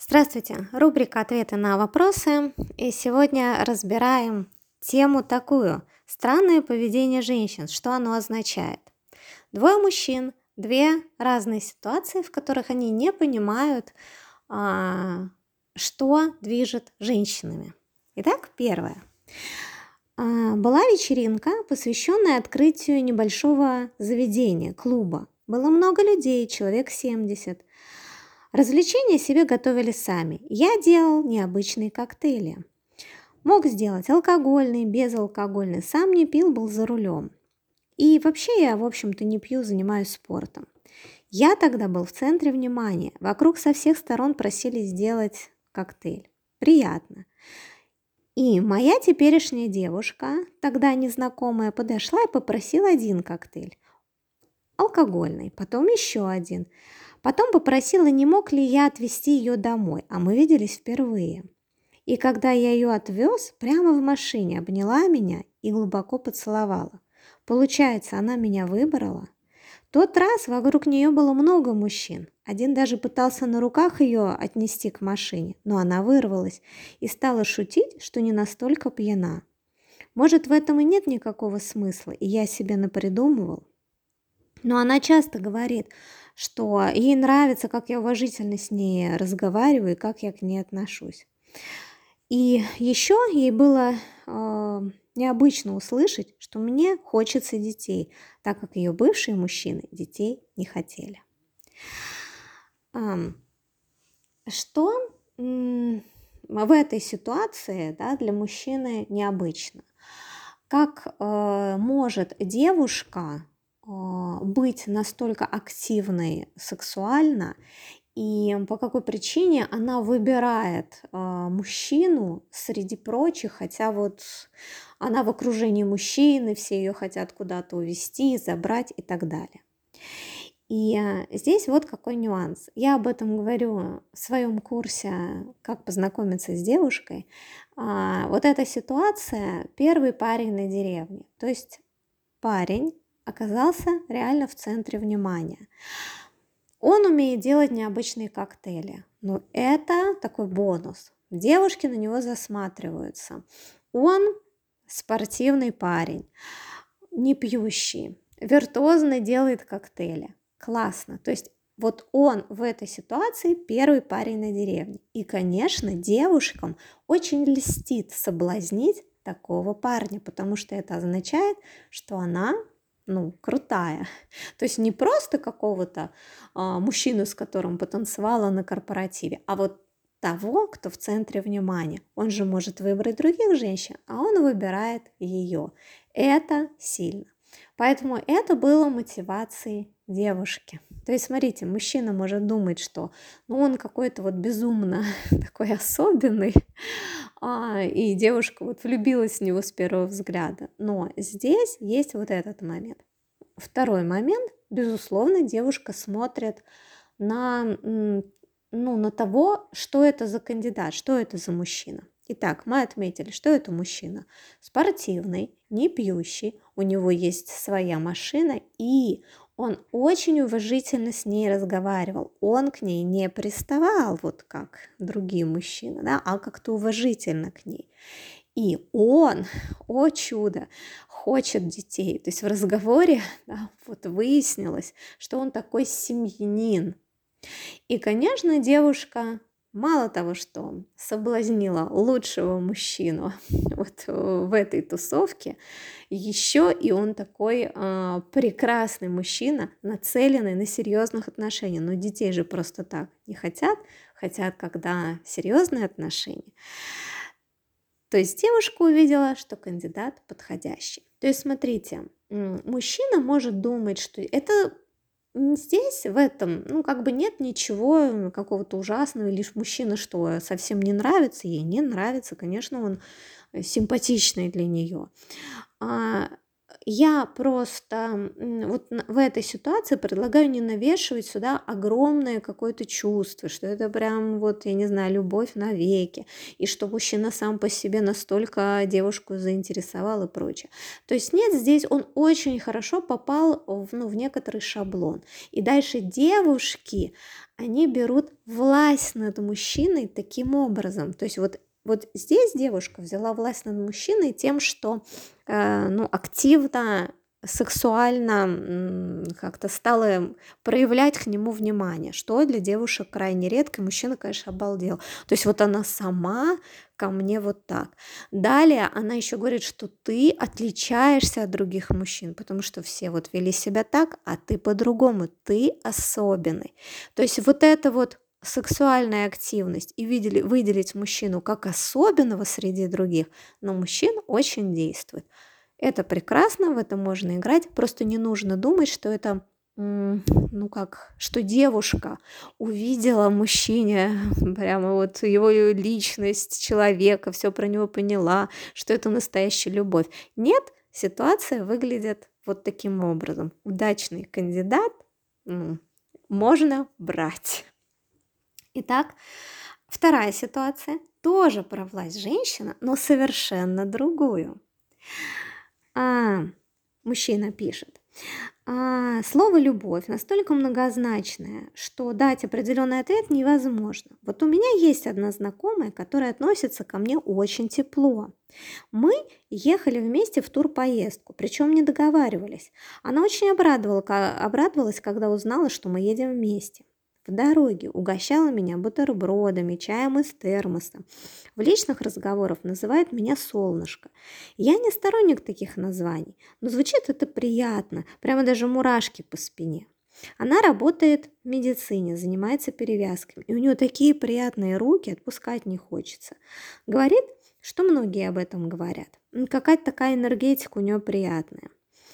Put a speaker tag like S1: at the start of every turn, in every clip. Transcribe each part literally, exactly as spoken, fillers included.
S1: Здравствуйте! Рубрика «Ответы на вопросы». И сегодня разбираем тему такую: странное поведение женщин. Что оно означает? Двое мужчин, две разные ситуации, в которых они не понимают, а, что движет женщинами. Итак, первое. А, Была вечеринка, посвященная открытию небольшого заведения, клуба. Было много людей, человек семьдесят. Развлечения себе готовили сами. Я делал необычные коктейли. Мог сделать алкогольный, безалкогольный. Сам не пил, был за рулем. И вообще я, в общем-то, не пью, занимаюсь спортом. Я тогда был в центре внимания. Вокруг со всех сторон просили сделать коктейль. Приятно. И моя теперешняя девушка, тогда незнакомая, подошла и попросила один коктейль. Алкогольный, потом еще один. Потом попросила, не мог ли я отвезти ее домой, а мы виделись впервые. И когда я ее отвез, прямо в машине обняла меня и глубоко поцеловала. Получается, она меня выбрала. Тот раз вокруг нее было много мужчин. Один даже пытался на руках ее отнести к машине, но она вырвалась и стала шутить, что не настолько пьяна. Может, в этом и нет никакого смысла, и я себе напридумывал. Но она часто говорит, что ей нравится, как я уважительно с ней разговариваю и как я к ней отношусь. И еще ей было э, необычно услышать, что мне хочется детей, так как ее бывшие мужчины детей не хотели. Ам, Что м, в этой ситуации, да, для мужчины необычно? Как э, может девушка э, быть настолько активной сексуально, и по какой причине она выбирает э, мужчину среди прочих, хотя вот она в окружении мужчины, все ее хотят куда-то увезти, забрать и так далее. И э, здесь вот какой нюанс. Я об этом говорю в своем курсе «Как познакомиться с девушкой». А, вот эта ситуация — первый парень на деревне. То есть парень оказался реально в центре внимания. Он умеет делать необычные коктейли. Но это такой бонус. Девушки на него засматриваются. Он спортивный парень, не пьющий, виртуозно делает коктейли. Классно. То есть вот он в этой ситуации первый парень на деревне. И, конечно, девушкам очень льстит соблазнить такого парня, потому что это означает, что она, ну, крутая. То есть не просто какого-то а, мужчину, с которым потанцевала на корпоративе, а вот того, кто в центре внимания. Он же может выбрать других женщин, а он выбирает ее. Это сильно. Поэтому это было мотивацией девушки. То есть, смотрите, мужчина может думать, что ну, он какой-то вот безумно такой особенный, а, и девушка вот влюбилась в него с первого взгляда. Но здесь есть вот этот момент. Второй момент, безусловно, девушка смотрит на, м, ну, на того, что это за кандидат, что это за мужчина. Итак, мы отметили, что это мужчина спортивный, не пьющий, у него есть своя машина, и он очень уважительно с ней разговаривал. Он к ней не приставал, вот как другие мужчины, да, а как-то уважительно к ней. И он, о чудо, хочет детей. То есть в разговоре, да, вот выяснилось, что он такой семьянин. И, конечно, девушка мало того, что соблазнила лучшего мужчину вот в этой тусовке, еще и он такой а, прекрасный мужчина, нацеленный на серьезных отношениях. Но детей же просто так не хотят, хотят, когда серьезные отношения. То есть девушка увидела, что кандидат подходящий. То есть смотрите, мужчина может думать, что это здесь, в этом, ну, как бы нет ничего какого-то ужасного, лишь мужчина что, совсем не нравится, ей не нравится, конечно, он симпатичный для нее. А, Я просто м, вот на- в этой ситуации предлагаю не навешивать сюда огромное какое-то чувство, что это прям вот, я не знаю, любовь навеки, и что мужчина сам по себе настолько девушку заинтересовал и прочее. То есть нет, здесь он очень хорошо попал в, ну, в некоторый шаблон. И дальше девушки, они берут власть над мужчиной таким образом. То есть вот, вот здесь девушка взяла власть над мужчиной тем, что э, ну, активно, сексуально м, как-то стала проявлять к нему внимание, что для девушек крайне редко, и мужчина, конечно, обалдел. То есть вот она сама ко мне вот так. Далее она еще говорит, что ты отличаешься от других мужчин, потому что все вот вели себя так, а ты по-другому, ты особенный. То есть вот это вот сексуальная активность и видели, выделить мужчину как особенного среди других, но мужчин очень действует. Это прекрасно, в это можно играть, просто не нужно думать, что это, м, ну как, что девушка увидела в мужчине прямо вот его личность человека, все про него поняла, что это настоящая любовь. Нет, ситуация выглядит вот таким образом. Удачный кандидат, м, можно брать. Итак, вторая ситуация, тоже про власть женщина, но совершенно другую. А, мужчина пишет. А, слово «любовь» настолько многозначное, что дать определенный ответ невозможно. Вот у меня есть одна знакомая, которая относится ко мне очень тепло. Мы ехали вместе в турпоездку, причем не договаривались. Она очень обрадовала, ка- обрадовалась, когда узнала, что мы едем вместе. В дороге угощала меня бутербродами, чаем из термоса. В личных разговорах называет меня солнышко. Я не сторонник таких названий, но звучит это приятно, прямо даже мурашки по спине. Она работает в медицине, занимается перевязками, и у нее такие приятные руки, отпускать не хочется. Говорит, что многие об этом говорят. М, Какая-то такая энергетика у нее приятная.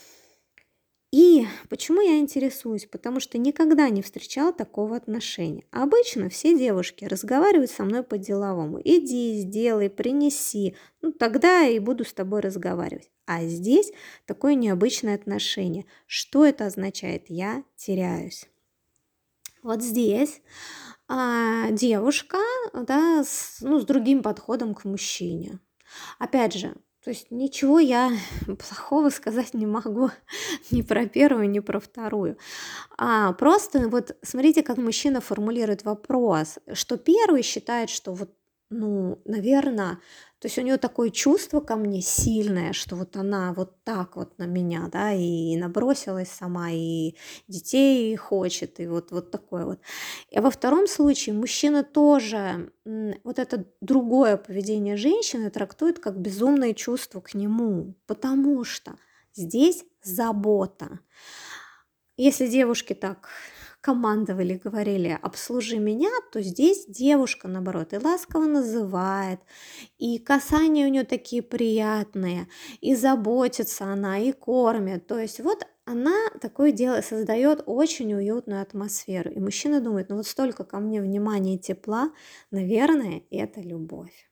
S1: И почему я интересуюсь? Потому что никогда не встречала такого отношения. Обычно все девушки разговаривают со мной по-деловому. Иди, сделай, принеси. Ну, тогда и буду с тобой разговаривать. А здесь такое необычное отношение. Что это означает? Я теряюсь. Вот здесь а, девушка, да, с, ну, с другим подходом к мужчине. Опять же, то есть ничего я плохого сказать не могу ни про первую, ни про вторую. А, просто вот смотрите, как мужчина формулирует вопрос, что первый считает, что вот, ну, наверное, то есть у нее такое чувство ко мне сильное, что вот она вот так вот на меня, да, и набросилась сама, и детей хочет, и вот, вот такое вот. А во втором случае мужчина тоже м, вот это другое поведение женщины трактует как безумное чувство к нему, потому что здесь забота. Если девушки так командовали, говорили «обслужи меня», то здесь девушка, наоборот, и ласково называет, и касания у нее такие приятные, и заботится она, и кормит. То есть вот она такое дело создает очень уютную атмосферу. И мужчина думает, ну вот столько ко мне внимания и тепла, наверное, это любовь.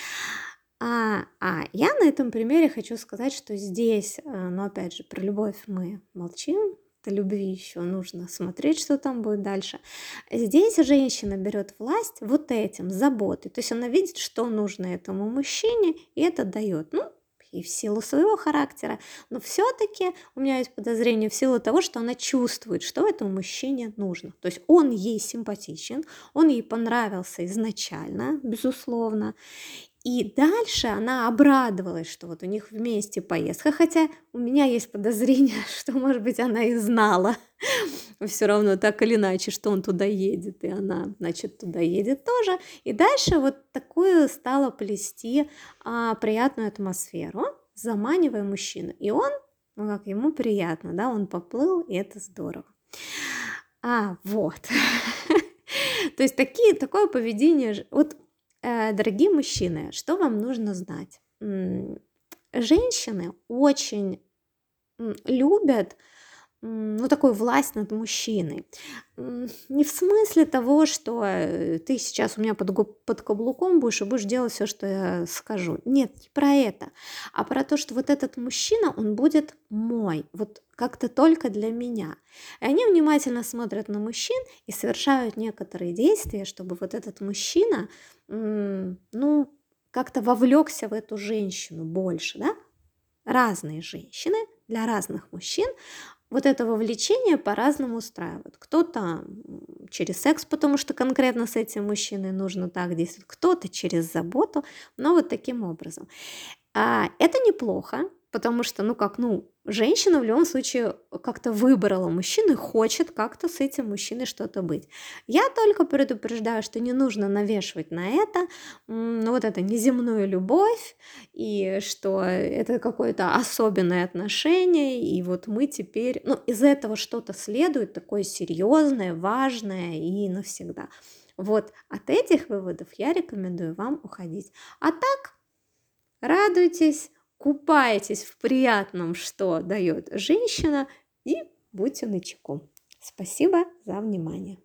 S1: А, а я на этом примере хочу сказать, что здесь, э, ну опять же, про любовь мы молчим, до любви еще нужно смотреть, что там будет дальше. Здесь женщина берет власть вот этим, заботой. То есть она видит, что нужно этому мужчине, и это дает. Ну, и в силу своего характера. Но все-таки у меня есть подозрение в силу того, что она чувствует, что этому мужчине нужно. То есть он ей симпатичен, он ей понравился изначально, безусловно. И дальше она обрадовалась, что вот у них вместе поездка, хотя у меня есть подозрение, что, может быть, она и знала все равно так или иначе, что он туда едет, и она, значит, туда едет тоже. И дальше вот такую стала плести а, приятную атмосферу, заманивая мужчину. И он, ну как ему приятно, да, он поплыл, и это здорово. А, вот. То есть такие, такое поведение, ж- вот, э, дорогие мужчины, что вам нужно знать? М, Женщины очень м, любят ну, такую власть над мужчиной. Не в смысле того, что э, ты сейчас у меня под, гу- под каблуком будешь и будешь делать все, что я скажу. Нет, не про это, а про то, что вот этот мужчина, он будет мой, вот как-то только для меня. И они внимательно смотрят на мужчин и совершают некоторые действия, чтобы вот этот мужчина, м, ну, как-то вовлекся в эту женщину больше, да? Разные женщины для разных мужчин вот это вовлечение по-разному устраивает. Кто-то м, через секс, потому что конкретно с этим мужчиной нужно так действовать, кто-то через заботу, но вот таким образом. А, это неплохо, потому что, ну как, ну, женщина в любом случае как-то выбрала мужчину и хочет как-то с этим мужчиной что-то быть. Я только предупреждаю, что не нужно навешивать на это, м, ну, вот это неземную любовь, и что это какое-то особенное отношение, и вот мы теперь, ну, из этого что-то следует такое серьезное, важное и навсегда. Вот от этих выводов я рекомендую вам уходить. А так радуйтесь, купайтесь в приятном, что дает женщина, и будьте начеку. Спасибо за внимание.